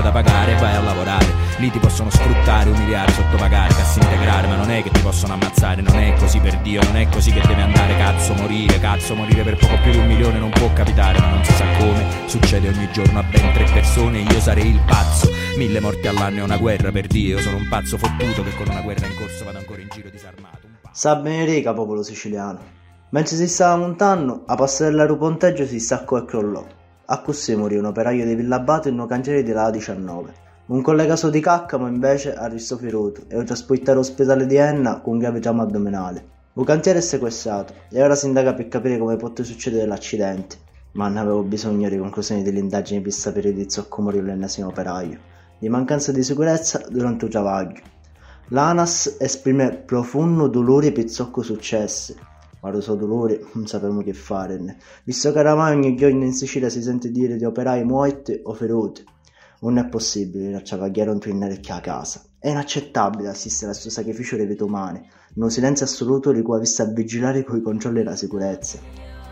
da pagare e vai a lavorare. Lì ti possono sfruttare, umiliare, sottopagare, cassi integrare, ma non è che ti possono ammazzare, non è così per Dio, non è così che deve andare. Cazzo morire per poco più di 1 milione non può capitare, ma non si sa come, succede ogni giorno a ben 3 persone, io sarei il pazzo. 1000 morti all'anno è una guerra, per Dio, sono un pazzo fottuto che con una guerra in corso vado ancora in giro disarmato. Sa benedica, popolo siciliano. Mentre si stava montando, a passare del ponteggio si staccò e crollò. A così morì un operaio di Villabato in un cantiere della A19. Un collega suo di Caccamo invece arrestò feruto e lo trasportò all'ospedale di Enna con un grave trauma addominale. Il cantiere è sequestrato e ora si indaga per capire come poté succedere l'accidente, ma non avevo bisogno di conclusioni delle indagini per sapere di zocco morì l'ennesimo operaio, di mancanza di sicurezza durante il travaglio. L'ANAS esprime profondo dolore per zocco successe, ma lo suo dolore non sappiamo che farne, visto che oramai ogni giorno in Sicilia si sente dire di operai morti o feruti. Non è possibile lasciare non tornare a casa. È inaccettabile assistere al suo sacrificio delle vite umane, in un silenzio assoluto di cui ha visto a vigilare coi controlli della sicurezza.